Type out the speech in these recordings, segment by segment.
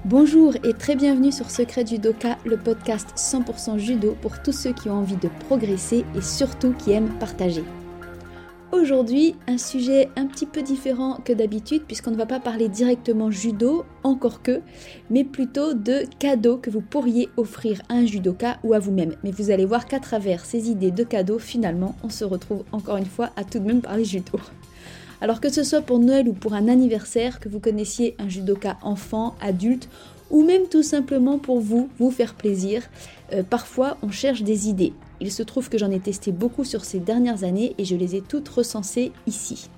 Bonjour et très bienvenue sur Secret Judoka, le podcast 100% judo pour tous ceux qui ont envie de progresser et surtout qui aiment partager. Aujourd'hui, un sujet un petit peu différent que d'habitude puisqu'on ne va pas parler directement judo, encore que, mais plutôt de cadeaux que vous pourriez offrir à un judoka ou à vous-même. Mais vous allez voir qu'à travers ces idées de cadeaux, finalement, on se retrouve encore une fois à tout de même parler judo. Alors que ce soit pour Noël ou pour un anniversaire, que vous connaissiez un judoka enfant, adulte, ou même tout simplement pour vous faire plaisir, parfois on cherche des idées. Il se trouve que j'en ai testé beaucoup sur ces dernières années et je les ai toutes recensées ici.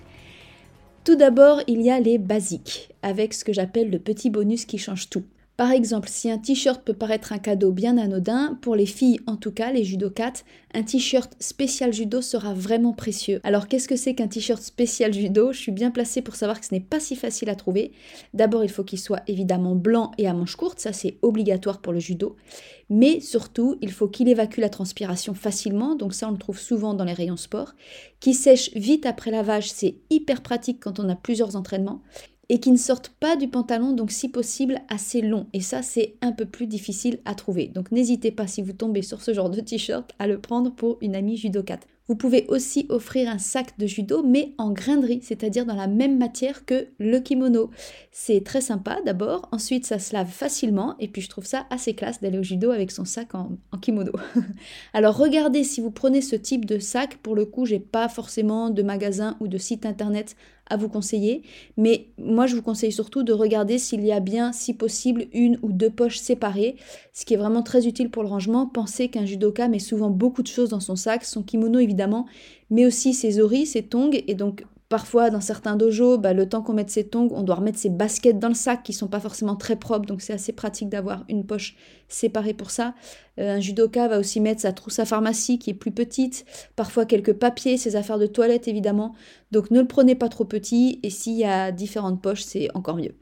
Tout d'abord, il y a les basiques, avec ce que j'appelle le petit bonus qui change tout. Par exemple, si un t-shirt peut paraître un cadeau bien anodin, pour les filles en tout cas, les judokates, un t-shirt spécial judo sera vraiment précieux. Alors qu'est-ce que c'est qu'un t-shirt spécial judo ? Je suis bien placée pour savoir que ce n'est pas si facile à trouver. D'abord, il faut qu'il soit évidemment blanc et à manches courtes, ça c'est obligatoire pour le judo. Mais surtout, il faut qu'il évacue la transpiration facilement, donc ça on le trouve souvent dans les rayons sport, qui sèche vite après lavage, c'est hyper pratique quand on a plusieurs entraînements, et qui ne sortent pas du pantalon, donc si possible assez long. Et ça, c'est un peu plus difficile à trouver. Donc n'hésitez pas, si vous tombez sur ce genre de t-shirt, à le prendre pour une amie judokate. Vous pouvez aussi offrir un sac de judo, mais en grainerie, c'est-à-dire dans la même matière que le kimono. C'est très sympa d'abord, ensuite ça se lave facilement, et puis je trouve ça assez classe d'aller au judo avec son sac en kimono. Alors regardez si vous prenez ce type de sac, pour le coup, j'ai pas forcément de magasin ou de site internet à vous conseiller, mais moi je vous conseille surtout de regarder s'il y a bien, si possible, une ou deux poches séparées, ce qui est vraiment très utile pour le rangement. Pensez qu'un judoka met souvent beaucoup de choses dans son sac, son kimono évidemment, mais aussi ses oris, ses tongs, et donc parfois dans certains dojos, le temps qu'on mette ses tongs, on doit remettre ses baskets dans le sac qui sont pas forcément très propres, donc c'est assez pratique d'avoir une poche séparée pour ça. Un judoka va aussi mettre sa trousse à pharmacie qui est plus petite, parfois quelques papiers, ses affaires de toilette évidemment, donc ne le prenez pas trop petit, et s'il y a différentes poches, c'est encore mieux.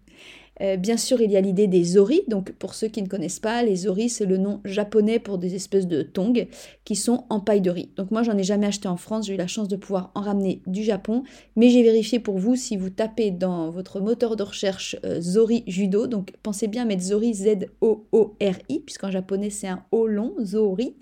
Bien sûr, il y a l'idée des oris. Donc, pour ceux qui ne connaissent pas, les oris, c'est le nom japonais pour des espèces de tongs qui sont en paille de riz. Donc, moi, j'en ai jamais acheté en France. J'ai eu la chance de pouvoir en ramener du Japon. Mais j'ai vérifié pour vous, si vous tapez dans votre moteur de recherche Zori Judo, donc pensez bien mettre Zori, Z-O-O-R-I, puisqu'en japonais, c'est un O long, Zori,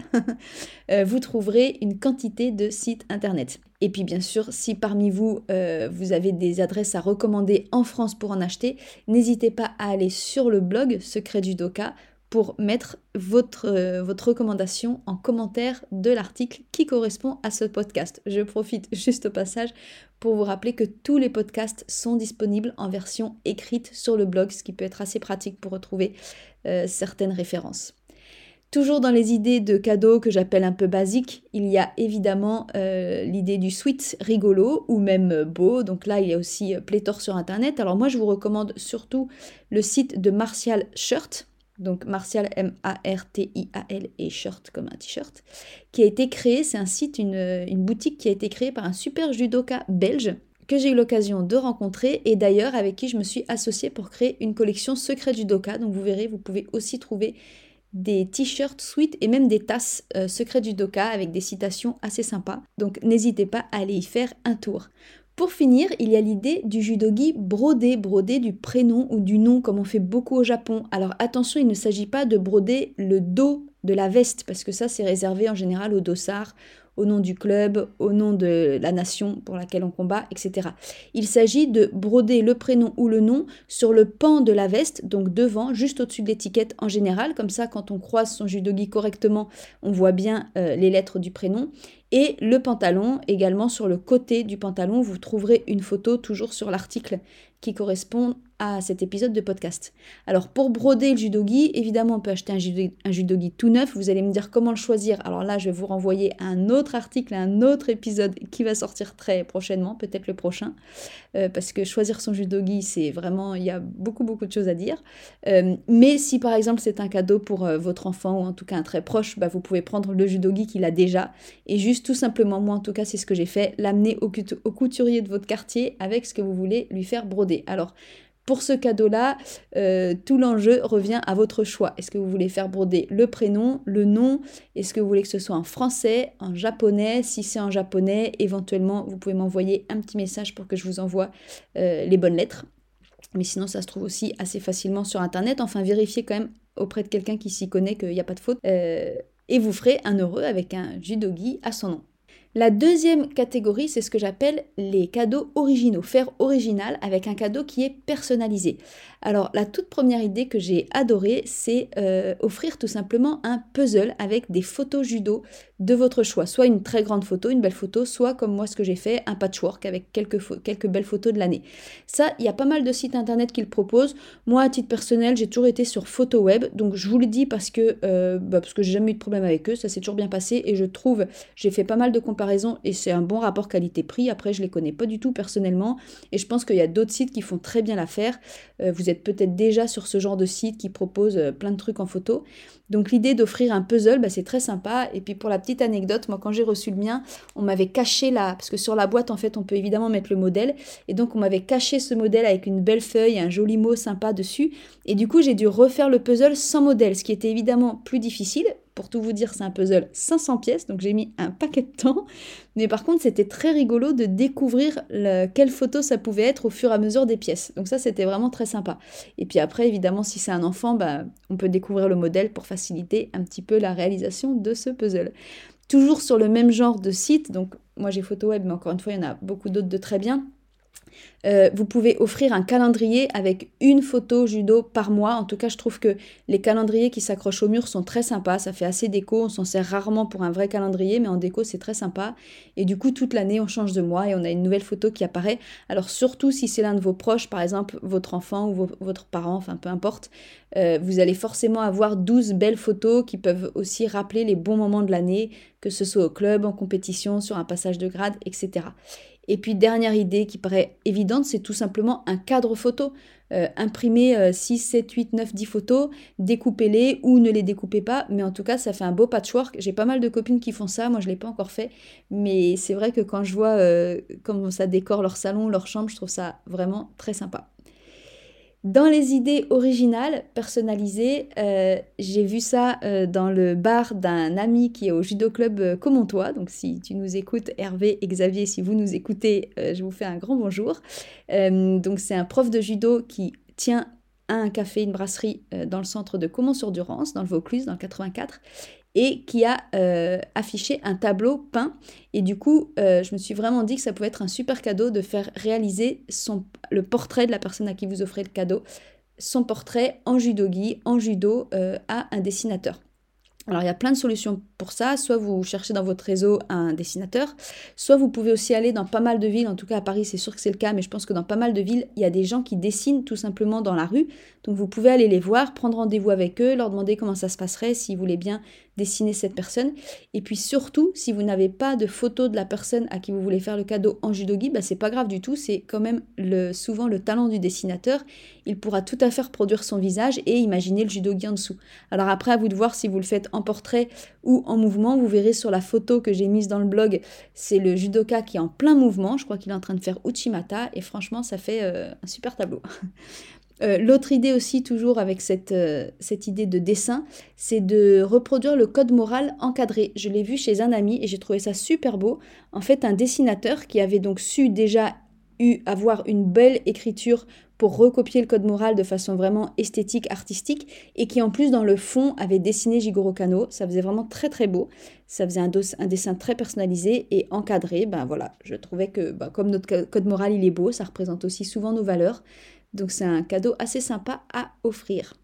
vous trouverez une quantité de sites internet. Et puis bien sûr, si parmi vous, vous avez des adresses à recommander en France pour en acheter, n'hésitez pas à aller sur le blog Secret Judoka pour mettre votre recommandation en commentaire de l'article qui correspond à ce podcast. Je profite juste au passage pour vous rappeler que tous les podcasts sont disponibles en version écrite sur le blog, ce qui peut être assez pratique pour retrouver certaines références. Toujours dans les idées de cadeaux que j'appelle un peu basiques, il y a évidemment l'idée du sweet rigolo ou même beau. Donc là, il y a aussi pléthore sur Internet. Alors moi, je vous recommande surtout le site de Martial Shirt. Donc Martial, M-A-R-T-I-A-L et shirt comme un t-shirt, qui a été créé, c'est un site, une boutique qui a été créée par un super judoka belge que j'ai eu l'occasion de rencontrer et d'ailleurs avec qui je me suis associée pour créer une collection Secret Judoka. Donc vous verrez, vous pouvez aussi trouver des t-shirts, sweats et même des tasses Secret Judoka avec des citations assez sympas. Donc n'hésitez pas à aller y faire un tour. Pour finir, il y a l'idée du judogi brodé du prénom ou du nom comme on fait beaucoup au Japon. Alors attention, il ne s'agit pas de broder le dos de la veste parce que ça c'est réservé en général aux dossards, au nom du club, au nom de la nation pour laquelle on combat, etc. Il s'agit de broder le prénom ou le nom sur le pan de la veste, donc devant, juste au-dessus de l'étiquette en général, comme ça quand on croise son judogi correctement, on voit bien les lettres du prénom. Et le pantalon, également sur le côté du pantalon, vous trouverez une photo toujours sur l'article qui correspond à cet épisode de podcast. Alors pour broder le judogi, évidemment on peut acheter un judogi tout neuf, vous allez me dire comment le choisir. Alors là je vais vous renvoyer à un autre article, à un autre épisode qui va sortir très prochainement, peut-être le prochain, parce que choisir son judogi c'est vraiment, il y a beaucoup de choses à dire. Mais si par exemple c'est un cadeau pour votre enfant ou en tout cas un très proche, vous pouvez prendre le judogi qu'il a déjà et juste tout simplement, moi en tout cas c'est ce que j'ai fait, l'amener au couturier de votre quartier avec ce que vous voulez lui faire broder. Alors pour ce cadeau-là, tout l'enjeu revient à votre choix. Est-ce que vous voulez faire broder le prénom, le nom? Est-ce que vous voulez que ce soit en français, en japonais? Si c'est en japonais, éventuellement, vous pouvez m'envoyer un petit message pour que je vous envoie les bonnes lettres. Mais sinon, ça se trouve aussi assez facilement sur Internet. Enfin, vérifiez quand même auprès de quelqu'un qui s'y connaît qu'il n'y a pas de faute. Et vous ferez un heureux avec un judogi à son nom. La deuxième catégorie, c'est ce que j'appelle les cadeaux originaux, faire original avec un cadeau qui est personnalisé. Alors la toute première idée que j'ai adorée, c'est offrir tout simplement un puzzle avec des photos judo de votre choix. Soit une très grande photo, une belle photo, soit comme moi ce que j'ai fait, un patchwork avec quelques belles photos de l'année. Ça, il y a pas mal de sites internet qui le proposent. Moi, à titre personnel, j'ai toujours été sur PhotoWeb, donc je vous le dis parce que j'ai jamais eu de problème avec eux, ça s'est toujours bien passé et je trouve, j'ai fait pas mal de comparaisons et c'est un bon rapport qualité-prix. Après, je les connais pas du tout personnellement et je pense qu'il y a d'autres sites qui font très bien l'affaire. Vous êtes peut-être déjà sur ce genre de site qui propose plein de trucs en photo. Donc l'idée d'offrir un puzzle, c'est très sympa. Et puis pour la petite anecdote, moi quand j'ai reçu le mien, on m'avait caché parce que sur la boîte en fait on peut évidemment mettre le modèle. Et donc on m'avait caché ce modèle avec une belle feuille, un joli mot sympa dessus. Et du coup j'ai dû refaire le puzzle sans modèle, ce qui était évidemment plus difficile. Pour tout vous dire, c'est un puzzle 500 pièces, donc j'ai mis un paquet de temps. Mais par contre, c'était très rigolo de découvrir quelle photo ça pouvait être au fur et à mesure des pièces. Donc ça, c'était vraiment très sympa. Et puis après, évidemment, si c'est un enfant, on peut découvrir le modèle pour faciliter un petit peu la réalisation de ce puzzle. Toujours sur le même genre de site, donc moi j'ai PhotoWeb, mais encore une fois, il y en a beaucoup d'autres de très bien. Vous pouvez offrir un calendrier avec une photo judo par mois. En tout cas, je trouve que les calendriers qui s'accrochent au mur sont très sympas. Ça fait assez déco. On s'en sert rarement pour un vrai calendrier, mais en déco, c'est très sympa. Et du coup, toute l'année, on change de mois et on a une nouvelle photo qui apparaît. Alors surtout si c'est l'un de vos proches, par exemple votre enfant ou votre parent, enfin peu importe, vous allez forcément avoir 12 belles photos qui peuvent aussi rappeler les bons moments de l'année, que ce soit au club, en compétition, sur un passage de grade, etc. Et puis dernière idée qui paraît évidente, c'est tout simplement un cadre photo. Imprimez 6, 7, 8, 9, 10 photos, découpez-les ou ne les découpez pas, mais en tout cas ça fait un beau patchwork. J'ai pas mal de copines qui font ça, moi je ne l'ai pas encore fait, mais c'est vrai que quand je vois comment ça décore leur salon, leur chambre, je trouve ça vraiment très sympa. Dans les idées originales, personnalisées, j'ai vu ça dans le bar d'un ami qui est au judo club Commontois. Donc si tu nous écoutes, Hervé et Xavier, si vous nous écoutez, je vous fais un grand bonjour. Donc c'est un prof de judo qui tient un café, une brasserie dans le centre de Caumont-sur-Durance, dans le Vaucluse, dans le 84, et qui a affiché un tableau peint. Et du coup, je me suis vraiment dit que ça pouvait être un super cadeau de faire réaliser le portrait de la personne à qui vous offrez le cadeau, son portrait en judogi, en judo, à un dessinateur. Alors il y a plein de solutions pour ça, soit vous cherchez dans votre réseau un dessinateur, soit vous pouvez aussi aller dans pas mal de villes, en tout cas à Paris c'est sûr que c'est le cas, mais je pense que dans pas mal de villes, il y a des gens qui dessinent tout simplement dans la rue, donc vous pouvez aller les voir, prendre rendez-vous avec eux, leur demander comment ça se passerait, s'ils voulaient bien dessiner cette personne, et puis surtout, si vous n'avez pas de photo de la personne à qui vous voulez faire le cadeau en judogi, c'est pas grave du tout, c'est quand même souvent le talent du dessinateur, il pourra tout à fait reproduire son visage et imaginer le judogi en dessous. Alors après, à vous de voir si vous le faites en portrait ou en mouvement. Vous verrez sur la photo que j'ai mise dans le blog, c'est le judoka qui est en plein mouvement. Je crois qu'il est en train de faire Uchimata et franchement, ça fait un super tableau. L'autre idée aussi, toujours avec cette idée de dessin, c'est de reproduire le code moral encadré. Je l'ai vu chez un ami et j'ai trouvé ça super beau. En fait, un dessinateur qui avait donc su déjà avoir une belle écriture pour recopier le code moral de façon vraiment esthétique, artistique, et qui en plus dans le fond avait dessiné Jigoro Kano. Ça faisait vraiment très très beau, ça faisait un dessin très personnalisé et encadré. Voilà, je trouvais que comme notre code moral il est beau, ça représente aussi souvent nos valeurs, donc c'est un cadeau assez sympa à offrir.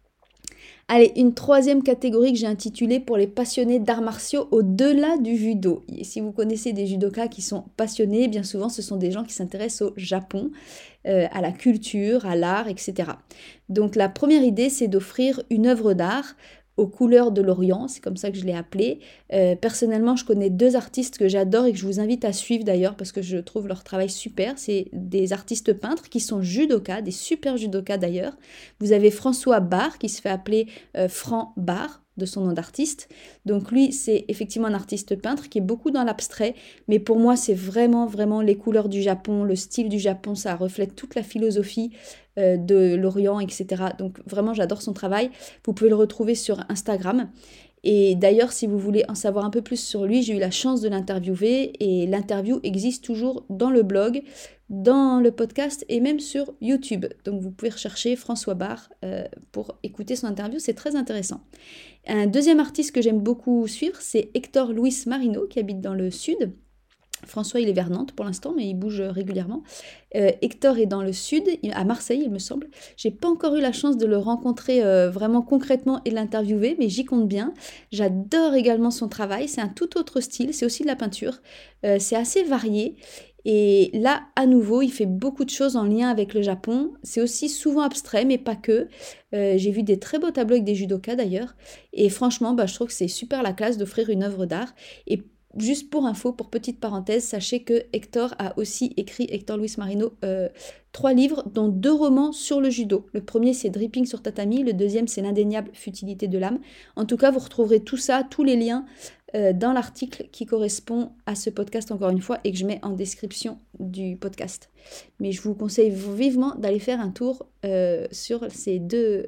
Allez, une troisième catégorie que j'ai intitulée pour les passionnés d'arts martiaux au-delà du judo. Et si vous connaissez des judokas qui sont passionnés, bien souvent ce sont des gens qui s'intéressent au Japon, à la culture, à l'art, etc. Donc la première idée, c'est d'offrir une œuvre d'art aux couleurs de l'Orient, c'est comme ça que je l'ai appelé. Personnellement, je connais 2 artistes que j'adore et que je vous invite à suivre d'ailleurs parce que je trouve leur travail super. C'est des artistes peintres qui sont judokas, des super judokas d'ailleurs. Vous avez François Barre qui se fait appeler Franc Barre, de son nom d'artiste. Donc lui, c'est effectivement un artiste peintre qui est beaucoup dans l'abstrait, mais pour moi, c'est vraiment, vraiment les couleurs du Japon, le style du Japon, ça reflète toute la philosophie de l'Orient, etc. Donc vraiment, j'adore son travail. Vous pouvez le retrouver sur Instagram. Et d'ailleurs, si vous voulez en savoir un peu plus sur lui, j'ai eu la chance de l'interviewer et l'interview existe toujours dans le blog, dans le podcast et même sur YouTube. Donc vous pouvez rechercher François Barre pour écouter son interview, c'est très intéressant. Un deuxième artiste que j'aime beaucoup suivre, c'est Hector Luis Marino qui habite dans le sud. François, il est vers Nantes pour l'instant, mais il bouge régulièrement. Hector est dans le sud, à Marseille, il me semble. J'ai pas encore eu la chance de le rencontrer vraiment concrètement et de l'interviewer, mais j'y compte bien. J'adore également son travail, c'est un tout autre style, c'est aussi de la peinture. C'est assez varié. Et là, à nouveau, il fait beaucoup de choses en lien avec le Japon. C'est aussi souvent abstrait, mais pas que. J'ai vu des très beaux tableaux avec des judokas d'ailleurs. Et franchement, je trouve que c'est super la classe d'offrir une œuvre d'art. Et juste pour info, pour petite parenthèse, sachez que Hector a aussi écrit, Hector Luis Marino, 3 livres, dont 2 romans sur le judo. Le premier, c'est Dripping sur tatami, le deuxième, c'est L'indéniable futilité de l'âme. En tout cas, vous retrouverez tout ça, tous les liens, dans l'article qui correspond à ce podcast, encore une fois, et que je mets en description du podcast. Mais je vous conseille vivement d'aller faire un tour sur ces deux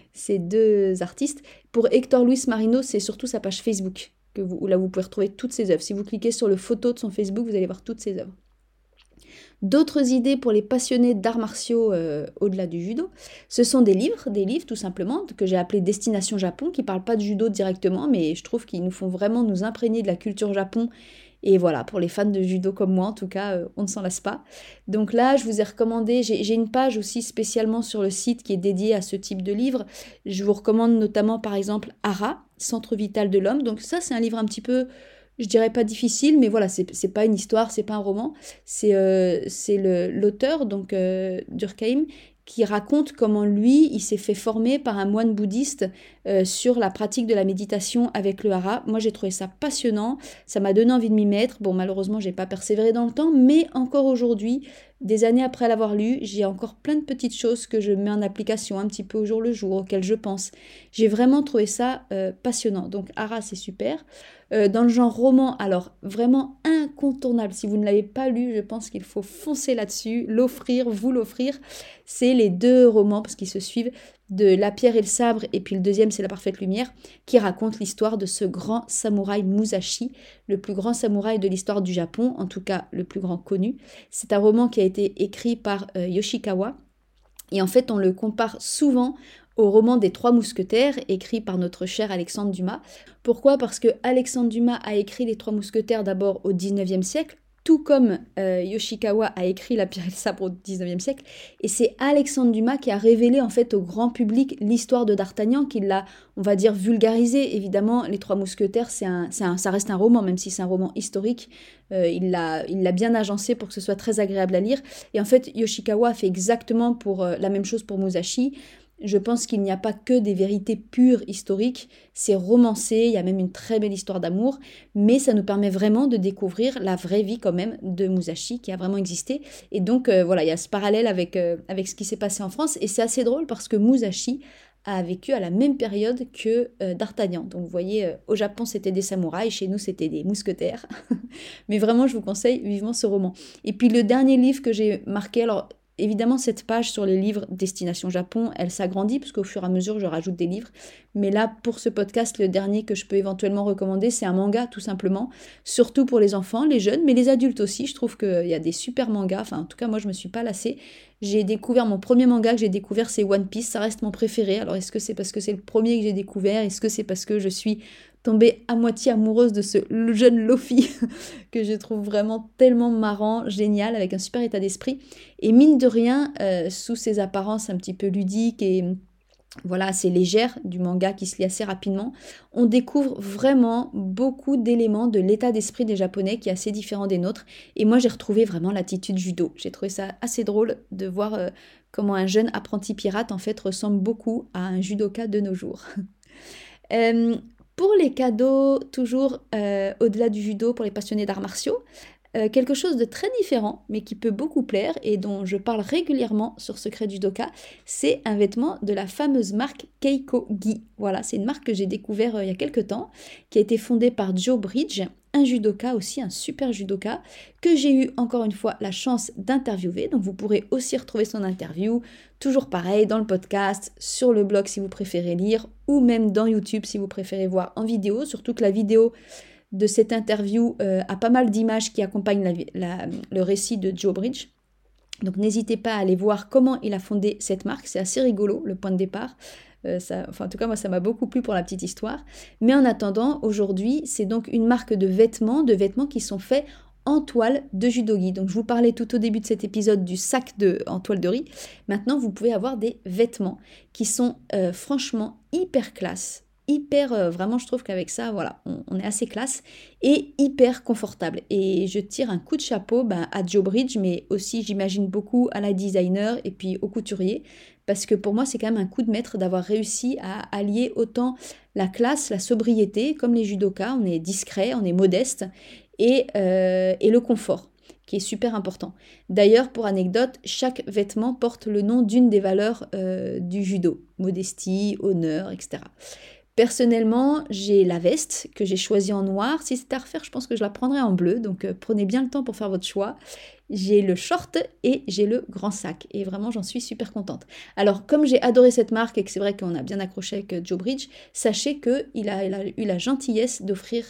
artistes. Pour Hector Luis Marino, c'est surtout sa page Facebook. Où là vous pouvez retrouver toutes ses œuvres. Si vous cliquez sur le photo de son Facebook, vous allez voir toutes ses œuvres. D'autres idées pour les passionnés d'arts martiaux au-delà du judo, ce sont des livres tout simplement, que j'ai appelés Destination Japon, qui ne parlent pas de judo directement, mais je trouve qu'ils nous font vraiment nous imprégner de la culture Japon. Et voilà, pour les fans de judo comme moi, en tout cas, on ne s'en lasse pas. Donc là, je vous ai recommandé, j'ai une page aussi spécialement sur le site qui est dédiée à ce type de livre. Je vous recommande notamment, par exemple, Ara, Centre Vital de l'Homme. Donc ça, c'est un livre un petit peu, je dirais pas difficile, mais voilà, c'est pas une histoire, c'est pas un roman. C'est l'auteur, donc Durkheim, qui raconte comment lui, il s'est fait former par un moine bouddhiste sur la pratique de la méditation avec le hara. Moi, j'ai trouvé ça passionnant, ça m'a donné envie de m'y mettre. Bon, malheureusement, j'ai pas persévéré dans le temps, mais encore aujourd'hui, des années après l'avoir lu, j'ai encore plein de petites choses que je mets en application un petit peu au jour le jour, auxquelles je pense. J'ai vraiment trouvé ça passionnant. Donc, hara, c'est super. Dans le genre roman, alors vraiment incontournable. Si vous ne l'avez pas lu, je pense qu'il faut foncer là-dessus, vous l'offrir. C'est les 2 romans, parce qu'ils se suivent, de La pierre et le sabre, et puis le deuxième, c'est La parfaite lumière, qui raconte l'histoire de ce grand samouraï Musashi, le plus grand samouraï de l'histoire du Japon, en tout cas le plus grand connu. C'est un roman qui a été écrit par Yoshikawa, et en fait, on le compare souvent au roman des 3 mousquetaires, écrit par notre cher Alexandre Dumas. Pourquoi ? Parce que Alexandre Dumas a écrit les 3 mousquetaires d'abord au 19e siècle, tout comme Yoshikawa a écrit La pierre et le sabre au 19e siècle, et c'est Alexandre Dumas qui a révélé en fait au grand public l'histoire de D'Artagnan, qui l'a, on va dire, vulgarisé. Évidemment, les 3 mousquetaires, ça reste un roman, même si c'est un roman historique, il l'a bien agencé pour que ce soit très agréable à lire, et en fait, Yoshikawa a fait exactement pour la même chose pour Musashi. Je pense qu'il n'y a pas que des vérités pures historiques, c'est romancé, il y a même une très belle histoire d'amour, mais ça nous permet vraiment de découvrir la vraie vie quand même de Musashi qui a vraiment existé. Et donc voilà, il y a ce parallèle avec ce qui s'est passé en France, et c'est assez drôle parce que Musashi a vécu à la même période que D'Artagnan. Donc vous voyez, au Japon c'était des samouraïs, chez nous c'était des mousquetaires. Mais vraiment je vous conseille vivement ce roman. Et puis le dernier livre que j'ai marqué, alors évidemment, cette page sur les livres Destination Japon, elle s'agrandit parce qu'au fur et à mesure, je rajoute des livres. Mais là, pour ce podcast, le dernier que je peux éventuellement recommander, c'est un manga, tout simplement. Surtout pour les enfants, les jeunes, mais les adultes aussi. Je trouve qu'il y a des super mangas. Enfin, en tout cas, moi, je me suis pas lassée. J'ai découvert mon premier manga que j'ai découvert, c'est One Piece. Ça reste mon préféré. Alors, est-ce que c'est parce que c'est le premier que j'ai découvert ? Est-ce que c'est parce que je suis tombée à moitié amoureuse de ce jeune Luffy que je trouve vraiment tellement marrant, génial, avec un super état d'esprit. Et mine de rien, sous ses apparences un petit peu ludiques et voilà, assez légères du manga qui se lit assez rapidement, on découvre vraiment beaucoup d'éléments de l'état d'esprit des Japonais qui est assez différent des nôtres. Et moi, j'ai retrouvé vraiment l'attitude judo. J'ai trouvé ça assez drôle de voir comment un jeune apprenti pirate, en fait, ressemble beaucoup à un judoka de nos jours. Pour les cadeaux, toujours au-delà du judo, pour les passionnés d'arts martiaux, quelque chose de très différent, mais qui peut beaucoup plaire et dont je parle régulièrement sur Secret du Judoka, c'est un vêtement de la fameuse marque Keiko Gi. Voilà, c'est une marque que j'ai découvert il y a quelques temps, qui a été fondée par Joe Bridge, un judoka aussi, un super judoka, que j'ai eu encore une fois la chance d'interviewer. Donc vous pourrez aussi retrouver son interview, toujours pareil, dans le podcast, sur le blog si vous préférez lire, ou même dans YouTube si vous préférez voir en vidéo, surtout que la vidéo de cette interview a pas mal d'images qui accompagnent le récit de Joe Bridge. Donc n'hésitez pas à aller voir comment il a fondé cette marque, c'est assez rigolo le point de départ. En tout cas, moi, ça m'a beaucoup plu pour la petite histoire. Mais en attendant, aujourd'hui, c'est donc une marque de vêtements qui sont faits en toile de judogi. Donc, je vous parlais tout au début de cet épisode du sac en toile de riz. Maintenant, vous pouvez avoir des vêtements qui sont franchement hyper classe. Vraiment, je trouve qu'avec ça, voilà, on est assez classe et hyper confortable. Et je tire un coup de chapeau à Joe Bridge, mais aussi, j'imagine, beaucoup à la designer et puis aux couturiers. Parce que pour moi, c'est quand même un coup de maître d'avoir réussi à allier autant la classe, la sobriété, comme les judokas, on est discret, on est modeste, et le confort, qui est super important. D'ailleurs, pour anecdote, chaque vêtement porte le nom d'une des valeurs du judo, modestie, honneur, etc. Personnellement, j'ai la veste que j'ai choisie en noir. Si c'était à refaire, je pense que je la prendrais en bleu. Donc prenez bien le temps pour faire votre choix. J'ai le short et j'ai le grand sac. Et vraiment, j'en suis super contente. Alors, comme j'ai adoré cette marque et que c'est vrai qu'on a bien accroché avec Joe Bridge, sachez qu'il a eu la gentillesse d'offrir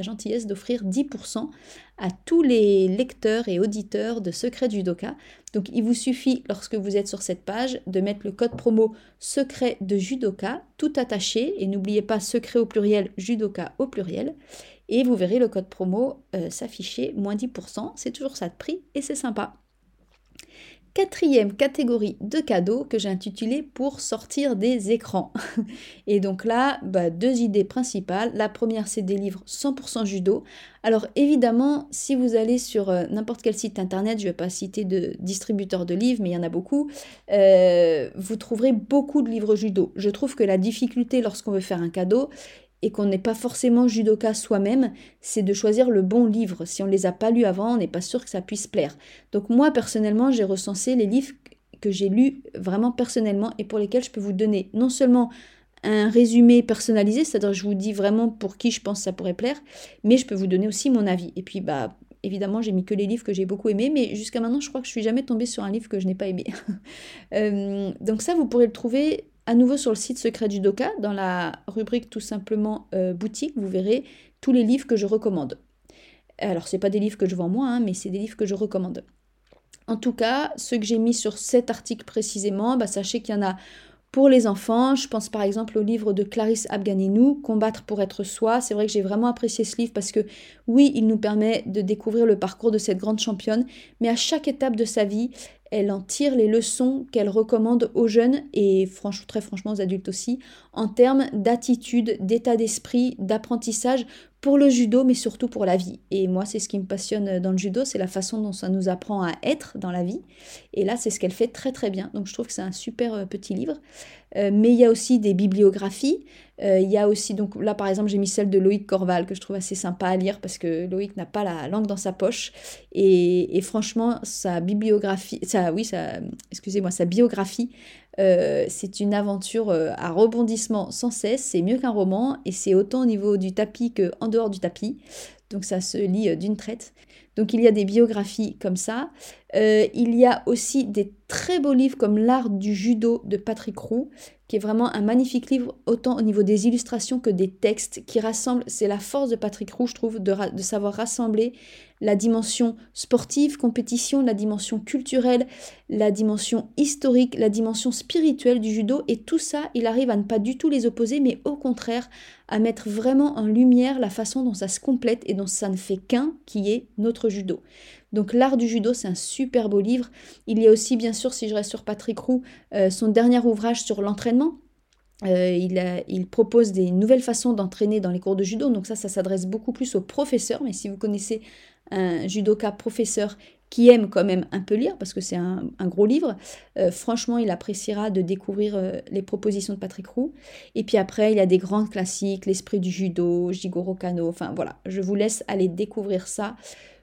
10% à tous les lecteurs et auditeurs de Secret du Judoka. Donc, il vous suffit, lorsque vous êtes sur cette page, de mettre le code promo Secret de Judoka, tout attaché. Et n'oubliez pas Secret au pluriel, Judoka au pluriel. Et vous verrez le code promo s'afficher, moins 10%. C'est toujours ça de prix et c'est sympa. Quatrième catégorie de cadeaux que j'ai intitulé pour sortir des écrans. Et donc là, deux idées principales. La première, c'est des livres 100% judo. Alors évidemment, si vous allez sur n'importe quel site internet, je ne vais pas citer de distributeur de livres, mais il y en a beaucoup, vous trouverez beaucoup de livres judo. Je trouve que la difficulté lorsqu'on veut faire un cadeau, et qu'on n'est pas forcément judoka soi-même, c'est de choisir le bon livre. Si on ne les a pas lus avant, on n'est pas sûr que ça puisse plaire. Donc moi, personnellement, j'ai recensé les livres que j'ai lus vraiment personnellement et pour lesquels je peux vous donner non seulement un résumé personnalisé, c'est-à-dire je vous dis vraiment pour qui je pense que ça pourrait plaire, mais je peux vous donner aussi mon avis. Et puis, évidemment, j'ai mis que les livres que j'ai beaucoup aimés, mais jusqu'à maintenant, je crois que je suis jamais tombée sur un livre que je n'ai pas aimé. Donc ça, vous pourrez le trouver à nouveau sur le site Secret du Judoka, dans la rubrique tout simplement boutique, vous verrez tous les livres que je recommande. Alors, ce n'est pas des livres que je vends moi, mais c'est des livres que je recommande. En tout cas, ceux que j'ai mis sur cet article précisément, sachez qu'il y en a pour les enfants. Je pense par exemple au livre de Clarisse Abganinou, Combattre pour être soi. C'est vrai que j'ai vraiment apprécié ce livre parce que oui, il nous permet de découvrir le parcours de cette grande championne, mais à chaque étape de sa vie, elle en tire les leçons qu'elle recommande aux jeunes et très franchement aux adultes aussi, en termes d'attitude, d'état d'esprit, d'apprentissage pour le judo, mais surtout pour la vie. Et moi, c'est ce qui me passionne dans le judo, c'est la façon dont ça nous apprend à être dans la vie. Et là, c'est ce qu'elle fait très très bien. Donc je trouve que c'est un super petit livre. Mais il y a aussi des bibliographies. Il y a aussi, donc là par exemple, j'ai mis celle de Loïc Corval que je trouve assez sympa à lire parce que Loïc n'a pas la langue dans sa poche. Et franchement, sa biographie, c'est une aventure à rebondissement sans cesse. C'est mieux qu'un roman et c'est autant au niveau du tapis qu'en dehors du tapis. Donc ça se lit d'une traite. Donc il y a des biographies comme ça. Il y a aussi des très beaux livres comme L'art du judo de Patrick Roux, qui est vraiment un magnifique livre, autant au niveau des illustrations que des textes, qui rassemble, c'est la force de Patrick Roux, je trouve, de savoir rassembler la dimension sportive, compétition, la dimension culturelle, la dimension historique, la dimension spirituelle du judo, et tout ça, il arrive à ne pas du tout les opposer, mais au contraire, à mettre vraiment en lumière la façon dont ça se complète et dont ça ne fait qu'un, qui est notre judo. Donc l'art du judo, c'est un super beau livre. Il y a aussi, bien sûr, si je reste sur Patrick Roux, son dernier ouvrage sur l'entraînement. Il propose des nouvelles façons d'entraîner dans les cours de judo. Donc ça s'adresse beaucoup plus aux professeurs. Mais si vous connaissez un judoka professeur qui aime quand même un peu lire, parce que c'est un gros livre, franchement, il appréciera de découvrir les propositions de Patrick Roux. Et puis après, il y a des grands classiques, L'esprit du judo, Jigoro Kano. Enfin voilà, je vous laisse aller découvrir ça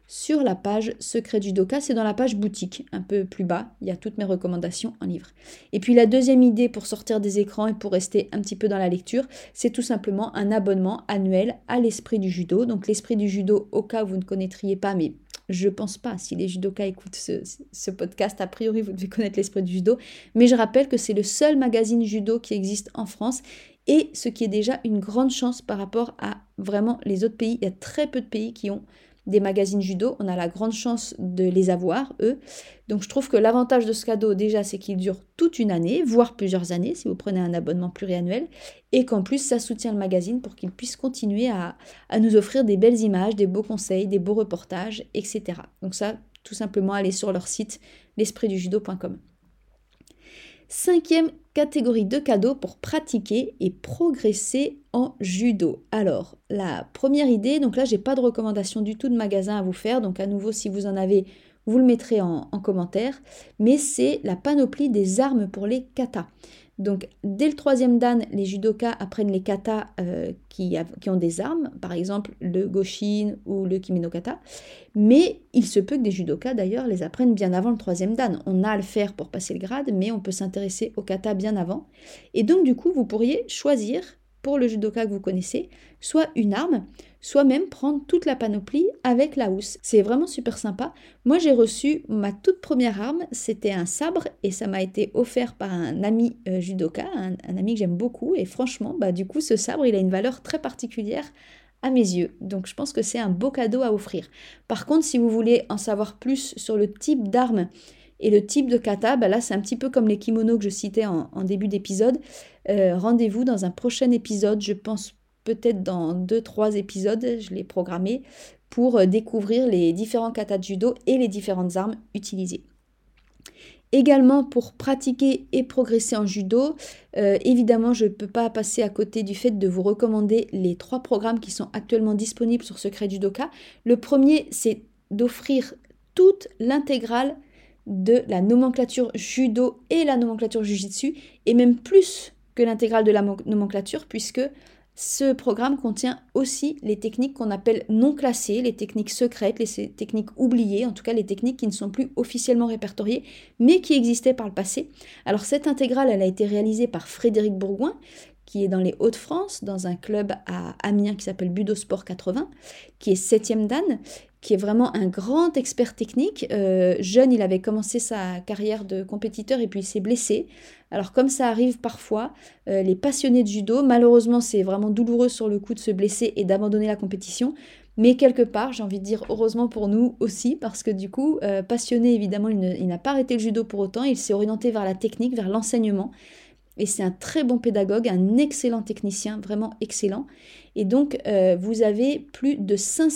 sur la page Secret Judoka. C'est dans la page boutique, un peu plus bas. Il y a toutes mes recommandations en livre. Et puis la deuxième idée pour sortir des écrans et pour rester un petit peu dans la lecture, c'est tout simplement un abonnement annuel à l'Esprit du Judo. Donc l'Esprit du Judo, au cas où vous ne connaîtriez pas, mais je pense pas, si les judokas écoutent ce podcast, a priori vous devez connaître l'Esprit du Judo. Mais je rappelle que c'est le seul magazine judo qui existe en France. Et ce qui est déjà une grande chance par rapport à vraiment les autres pays. Il y a très peu de pays qui ont des magazines judo. On a la grande chance de les avoir, eux. Donc je trouve que l'avantage de ce cadeau, déjà, c'est qu'il dure toute une année, voire plusieurs années, si vous prenez un abonnement pluriannuel. Et qu'en plus, ça soutient le magazine pour qu'il puisse continuer à nous offrir des belles images, des beaux conseils, des beaux reportages, etc. Donc ça, tout simplement, allez sur leur site, l'espritdujudo.com. Cinquième catégorie de cadeaux pour pratiquer et progresser en judo. Alors, la première idée, donc là, j'ai pas de recommandation du tout de magasin à vous faire. Donc, à nouveau, si vous en avez, vous le mettrez en commentaire. Mais c'est la panoplie des armes pour les katas. Donc, dès le 3e dan, les judokas apprennent les katas qui ont des armes, par exemple le Goshin ou le Kime-no-kata. Mais il se peut que des judokas, d'ailleurs, les apprennent bien avant le 3e dan. On a à le faire pour passer le grade, mais on peut s'intéresser au kata bien avant. Et donc, du coup, vous pourriez choisir, pour le judoka que vous connaissez, soit une arme, soit même prendre toute la panoplie avec la housse. C'est vraiment super sympa. Moi, j'ai reçu ma toute première arme, c'était un sabre, et ça m'a été offert par un ami judoka, un ami que j'aime beaucoup, et franchement, du coup, ce sabre, il a une valeur très particulière à mes yeux. Donc, je pense que c'est un beau cadeau à offrir. Par contre, si vous voulez en savoir plus sur le type d'arme et le type de kata, là, c'est un petit peu comme les kimonos que je citais en début d'épisode. Rendez-vous dans un prochain épisode, je pense peut-être dans 2-3 épisodes, je l'ai programmé, pour découvrir les différents katas de judo et les différentes armes utilisées. Également pour pratiquer et progresser en judo, évidemment je ne peux pas passer à côté du fait de vous recommander les 3 programmes qui sont actuellement disponibles sur Secret Judoka. Le premier, c'est d'offrir toute l'intégrale de la nomenclature judo et la nomenclature jujitsu, et même plus que l'intégrale de la nomenclature, puisque ce programme contient aussi les techniques qu'on appelle non classées, les techniques secrètes, les techniques oubliées, en tout cas les techniques qui ne sont plus officiellement répertoriées, mais qui existaient par le passé. Alors cette intégrale, elle a été réalisée par Frédéric Bourgoin, qui est dans les Hauts-de-France, dans un club à Amiens qui s'appelle Budosport 80, qui est 7e dan, qui est vraiment un grand expert technique. Jeune, il avait commencé sa carrière de compétiteur et puis il s'est blessé. Alors comme ça arrive parfois, les passionnés de judo, malheureusement c'est vraiment douloureux sur le coup de se blesser et d'abandonner la compétition, mais quelque part, j'ai envie de dire heureusement pour nous aussi, parce que du coup, passionné évidemment, il n'a pas arrêté le judo pour autant, il s'est orienté vers la technique, vers l'enseignement. Et c'est un très bon pédagogue, un excellent technicien, vraiment excellent. Et donc, vous avez plus de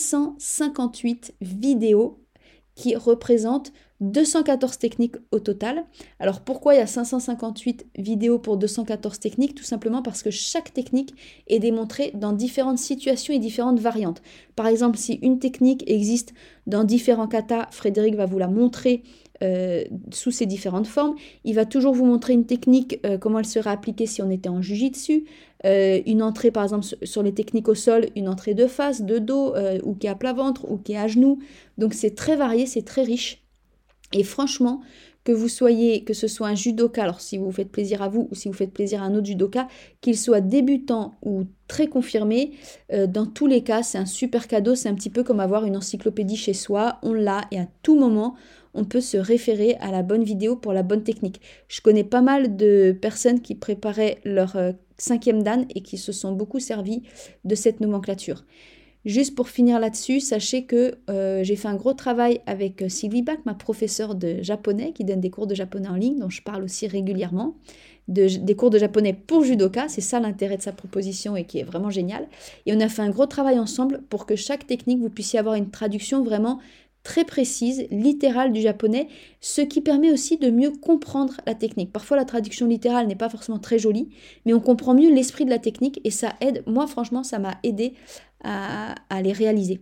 558 vidéos qui représentent 214 techniques au total. Alors, pourquoi il y a 558 vidéos pour 214 techniques? Tout simplement parce que chaque technique est démontrée dans différentes situations et différentes variantes. Par exemple, si une technique existe dans différents katas, Frédéric va vous la montrer sous ces différentes formes. Il va toujours vous montrer une technique, comment elle serait appliquée si on était en jujitsu, une entrée par exemple sur les techniques au sol, une entrée de face, de dos, ou qui est à plat ventre, ou qui est à genoux. Donc c'est très varié, c'est très riche. Et franchement, que ce soit un judoka, alors si vous faites plaisir à vous ou si vous faites plaisir à un autre judoka, qu'il soit débutant ou très confirmé, dans tous les cas, c'est un super cadeau. C'est un petit peu comme avoir une encyclopédie chez soi. On l'a et à tout moment, on peut se référer à la bonne vidéo pour la bonne technique. Je connais pas mal de personnes qui préparaient leur 5e dan et qui se sont beaucoup servis de cette nomenclature. Juste pour finir là-dessus, sachez que j'ai fait un gros travail avec Sylvie Bach, ma professeure de japonais, qui donne des cours de japonais en ligne, dont je parle aussi régulièrement, des cours de japonais pour judoka. C'est ça l'intérêt de sa proposition et qui est vraiment génial. Et on a fait un gros travail ensemble pour que chaque technique, vous puissiez avoir une traduction vraiment très précise, littérale du japonais, ce qui permet aussi de mieux comprendre la technique. Parfois, la traduction littérale n'est pas forcément très jolie, mais on comprend mieux l'esprit de la technique et ça aide. Moi, franchement, ça m'a aidé à les réaliser.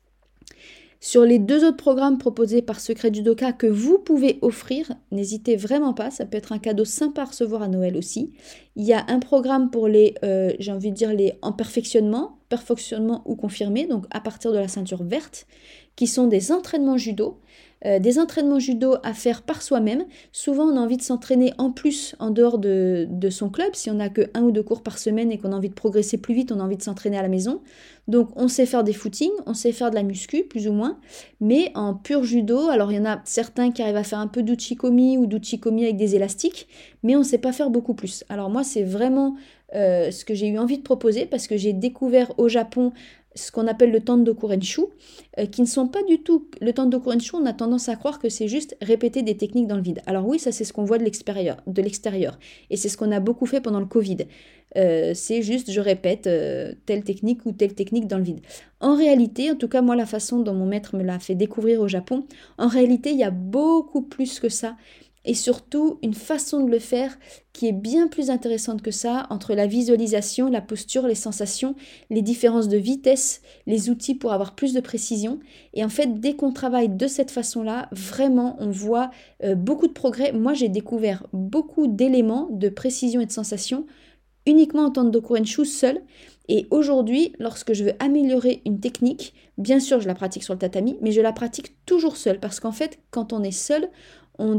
Sur les 2 autres programmes proposés par Secret Judoka que vous pouvez offrir, n'hésitez vraiment pas, ça peut être un cadeau sympa à recevoir à Noël aussi. Il y a un programme pour les, les en perfectionnement ou confirmé, donc à partir de la ceinture verte, qui sont des entraînements judo. Des entraînements judo à faire par soi-même. Souvent, on a envie de s'entraîner en plus en dehors de son club. Si on n'a que 1 ou 2 cours par semaine et qu'on a envie de progresser plus vite, on a envie de s'entraîner à la maison. Donc, on sait faire des footings, on sait faire de la muscu, plus ou moins. Mais en pur judo, alors il y en a certains qui arrivent à faire un peu d'uchikomi ou d'uchikomi avec des élastiques, mais on ne sait pas faire beaucoup plus. Alors moi, c'est vraiment ce que j'ai eu envie de proposer parce que j'ai découvert au Japon ce qu'on appelle le Tando Kurenshu, qui ne sont pas du tout... Le Tando Kurenshu, on a tendance à croire que c'est juste répéter des techniques dans le vide. Alors oui, ça c'est ce qu'on voit de l'extérieur. Et c'est ce qu'on a beaucoup fait pendant le Covid. C'est juste, je répète telle technique ou telle technique dans le vide. En réalité, en tout cas moi la façon dont mon maître me l'a fait découvrir au Japon, en réalité il y a beaucoup plus que ça. Et surtout, une façon de le faire qui est bien plus intéressante que ça, entre la visualisation, la posture, les sensations, les différences de vitesse, les outils pour avoir plus de précision. Et en fait, dès qu'on travaille de cette façon-là, vraiment, on voit beaucoup de progrès. Moi, j'ai découvert beaucoup d'éléments de précision et de sensation uniquement en Tando Kurenshu seul. Et aujourd'hui, lorsque je veux améliorer une technique, bien sûr, je la pratique sur le tatami, mais je la pratique toujours seule. Parce qu'en fait, quand on est seul, on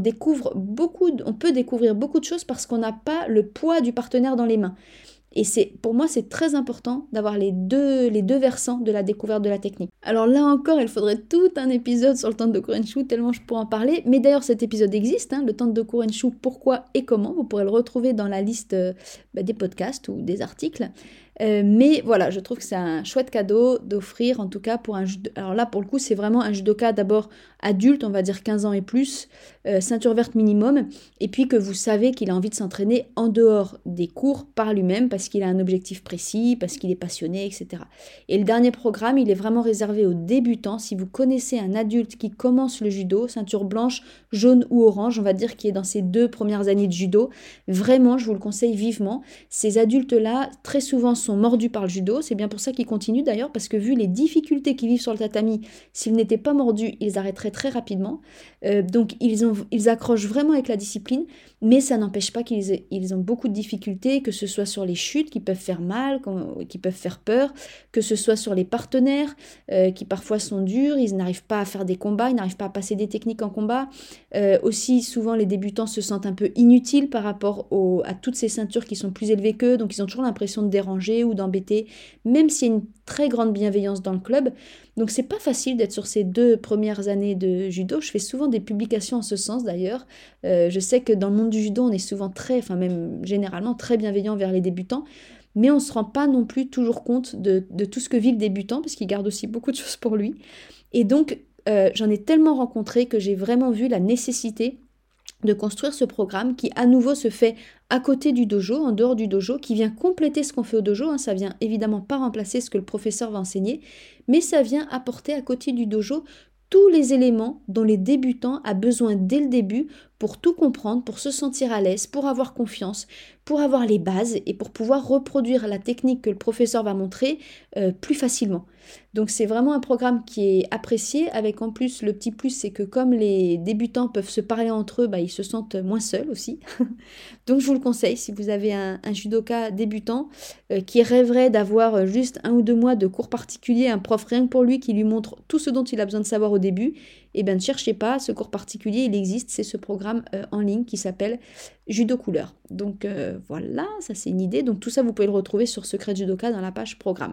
peut découvrir beaucoup de choses parce qu'on n'a pas le poids du partenaire dans les mains. Et pour moi, c'est très important d'avoir les deux versants de la découverte de la technique. Alors là encore, il faudrait tout un épisode sur le Tando Kurenshu, tellement je pourrais en parler. Mais d'ailleurs, cet épisode existe, le Tando Kurenshu, pourquoi et comment. Vous pourrez le retrouver dans la liste des podcasts ou des articles. Mais voilà, je trouve que c'est un chouette cadeau d'offrir, en tout cas pour un judoka. Alors là, pour le coup, c'est vraiment un judoka d'abord adulte, on va dire 15 ans et plus, ceinture verte minimum, et puis que vous savez qu'il a envie de s'entraîner en dehors des cours par lui-même, parce qu'il a un objectif précis, parce qu'il est passionné, etc. Et le dernier programme, il est vraiment réservé aux débutants. Si vous connaissez un adulte qui commence le judo, ceinture blanche, jaune ou orange, on va dire qui est dans ses 2 premières années de judo, vraiment, je vous le conseille vivement. Ces adultes-là, très souvent, sont mordus par le judo. C'est bien pour ça qu'ils continuent d'ailleurs, parce que vu les difficultés qu'ils vivent sur le tatami, s'ils n'étaient pas mordus, ils arrêteraient très rapidement. Donc ils accrochent vraiment avec la discipline, mais ça n'empêche pas qu'ils ont beaucoup de difficultés, que ce soit sur les chutes qui peuvent faire mal, qui peuvent faire peur, que ce soit sur les partenaires qui parfois sont durs, ils n'arrivent pas à faire des combats, ils n'arrivent pas à passer des techniques en combat. Aussi, souvent, les débutants se sentent un peu inutiles par rapport à toutes ces ceintures qui sont plus élevées qu'eux, donc ils ont toujours l'impression de déranger ou d'embêter, même s'il y a une très grande bienveillance dans le club. Donc c'est pas facile d'être sur ces 2 premières années de judo. Je fais souvent des publications en ce sens d'ailleurs. Je sais que dans le monde du judo, on est souvent même généralement très bienveillant vers les débutants, mais on ne se rend pas non plus toujours compte de tout ce que vit le débutant, parce qu'il garde aussi beaucoup de choses pour lui. Et donc, j'en ai tellement rencontré que j'ai vraiment vu la nécessité de construire ce programme qui à nouveau se fait à côté du dojo, en dehors du dojo, qui vient compléter ce qu'on fait au dojo. Ça vient évidemment pas remplacer ce que le professeur va enseigner, mais ça vient apporter à côté du dojo tous les éléments dont les débutants ont besoin dès le début pour tout comprendre, pour se sentir à l'aise, pour avoir confiance, pour avoir les bases et pour pouvoir reproduire la technique que le professeur va montrer plus facilement. Donc c'est vraiment un programme qui est apprécié, avec en plus le petit plus, c'est que comme les débutants peuvent se parler entre eux, ils se sentent moins seuls aussi. Donc je vous le conseille, si vous avez un judoka débutant qui rêverait d'avoir juste 1 ou 2 mois de cours particuliers, un prof rien que pour lui qui lui montre tout ce dont il a besoin de savoir au début, eh bien ne cherchez pas, ce cours particulier, il existe, c'est ce programme en ligne qui s'appelle Judo Couleur. Donc voilà, ça c'est une idée. Donc tout ça, vous pouvez le retrouver sur Secret Judoka dans la page programme.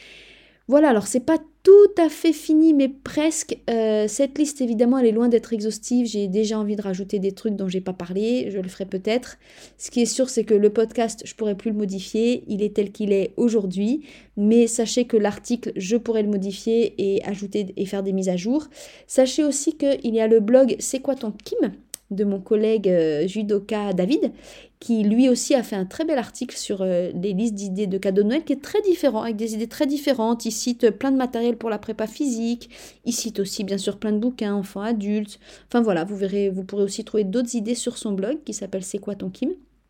Voilà, alors c'est pas tout à fait fini, mais presque. Cette liste, évidemment, elle est loin d'être exhaustive. J'ai déjà envie de rajouter des trucs dont j'ai pas parlé. Je le ferai peut-être. Ce qui est sûr, c'est que le podcast, je pourrais plus le modifier. Il est tel qu'il est aujourd'hui. Mais sachez que l'article, je pourrais le modifier et ajouter et faire des mises à jour. Sachez aussi qu'il y a le blog C'est quoi ton Kim de mon collègue judoka David, qui lui aussi a fait un très bel article sur les listes d'idées de cadeaux de Noël, qui est très différent, avec des idées très différentes. Il cite plein de matériel pour la prépa physique, il cite aussi bien sûr plein de bouquins, enfants, adultes. Enfin voilà, vous verrez, vous pourrez aussi trouver d'autres idées sur son blog qui s'appelle C'est quoi ton Kim.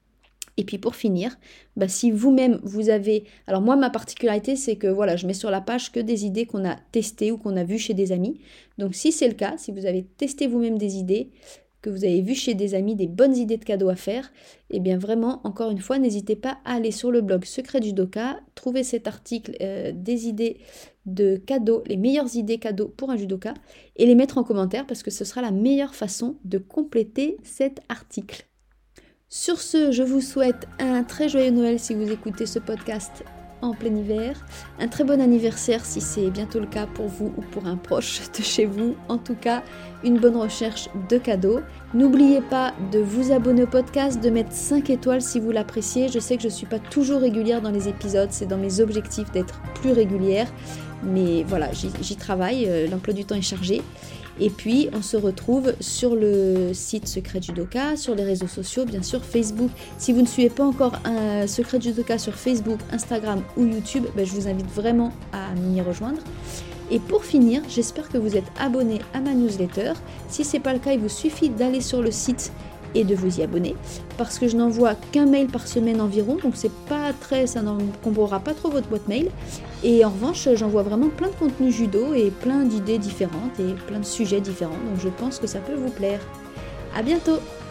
Et puis pour finir, si vous-même vous avez... Alors moi, ma particularité, c'est que voilà, je mets sur la page que des idées qu'on a testées ou qu'on a vues chez des amis. Donc si c'est le cas, si vous avez testé vous-même des idées, que vous avez vu chez des amis des bonnes idées de cadeaux à faire, et bien vraiment, encore une fois, n'hésitez pas à aller sur le blog Secret du Doka, trouver cet article des idées de cadeaux, les meilleures idées cadeaux pour un judoka, et les mettre en commentaire parce que ce sera la meilleure façon de compléter cet article. Sur ce, je vous souhaite un très joyeux Noël si vous écoutez ce podcast en plein hiver, un très bon anniversaire si c'est bientôt le cas pour vous ou pour un proche de chez vous, en tout cas une bonne recherche de cadeaux. N'oubliez pas de vous abonner au podcast, de mettre 5 étoiles si vous l'appréciez. Je sais que je ne suis pas toujours régulière dans les épisodes, c'est dans mes objectifs d'être plus régulière, mais voilà, j'y travaille, l'emploi du temps est chargé. Et puis, on se retrouve sur le site Secret Judoka, sur les réseaux sociaux, bien sûr, Facebook. Si vous ne suivez pas encore un Secret Judoka sur Facebook, Instagram ou YouTube, je vous invite vraiment à m'y rejoindre. Et pour finir, j'espère que vous êtes abonnés à ma newsletter. Si ce n'est pas le cas, il vous suffit d'aller sur le site et de vous y abonner, parce que je n'envoie qu'un mail par semaine environ, donc c'est pas très, ça n'encombrera pas trop votre boîte mail. Et en revanche, j'envoie vraiment plein de contenus judo et plein d'idées différentes et plein de sujets différents, donc je pense que ça peut vous plaire. À bientôt!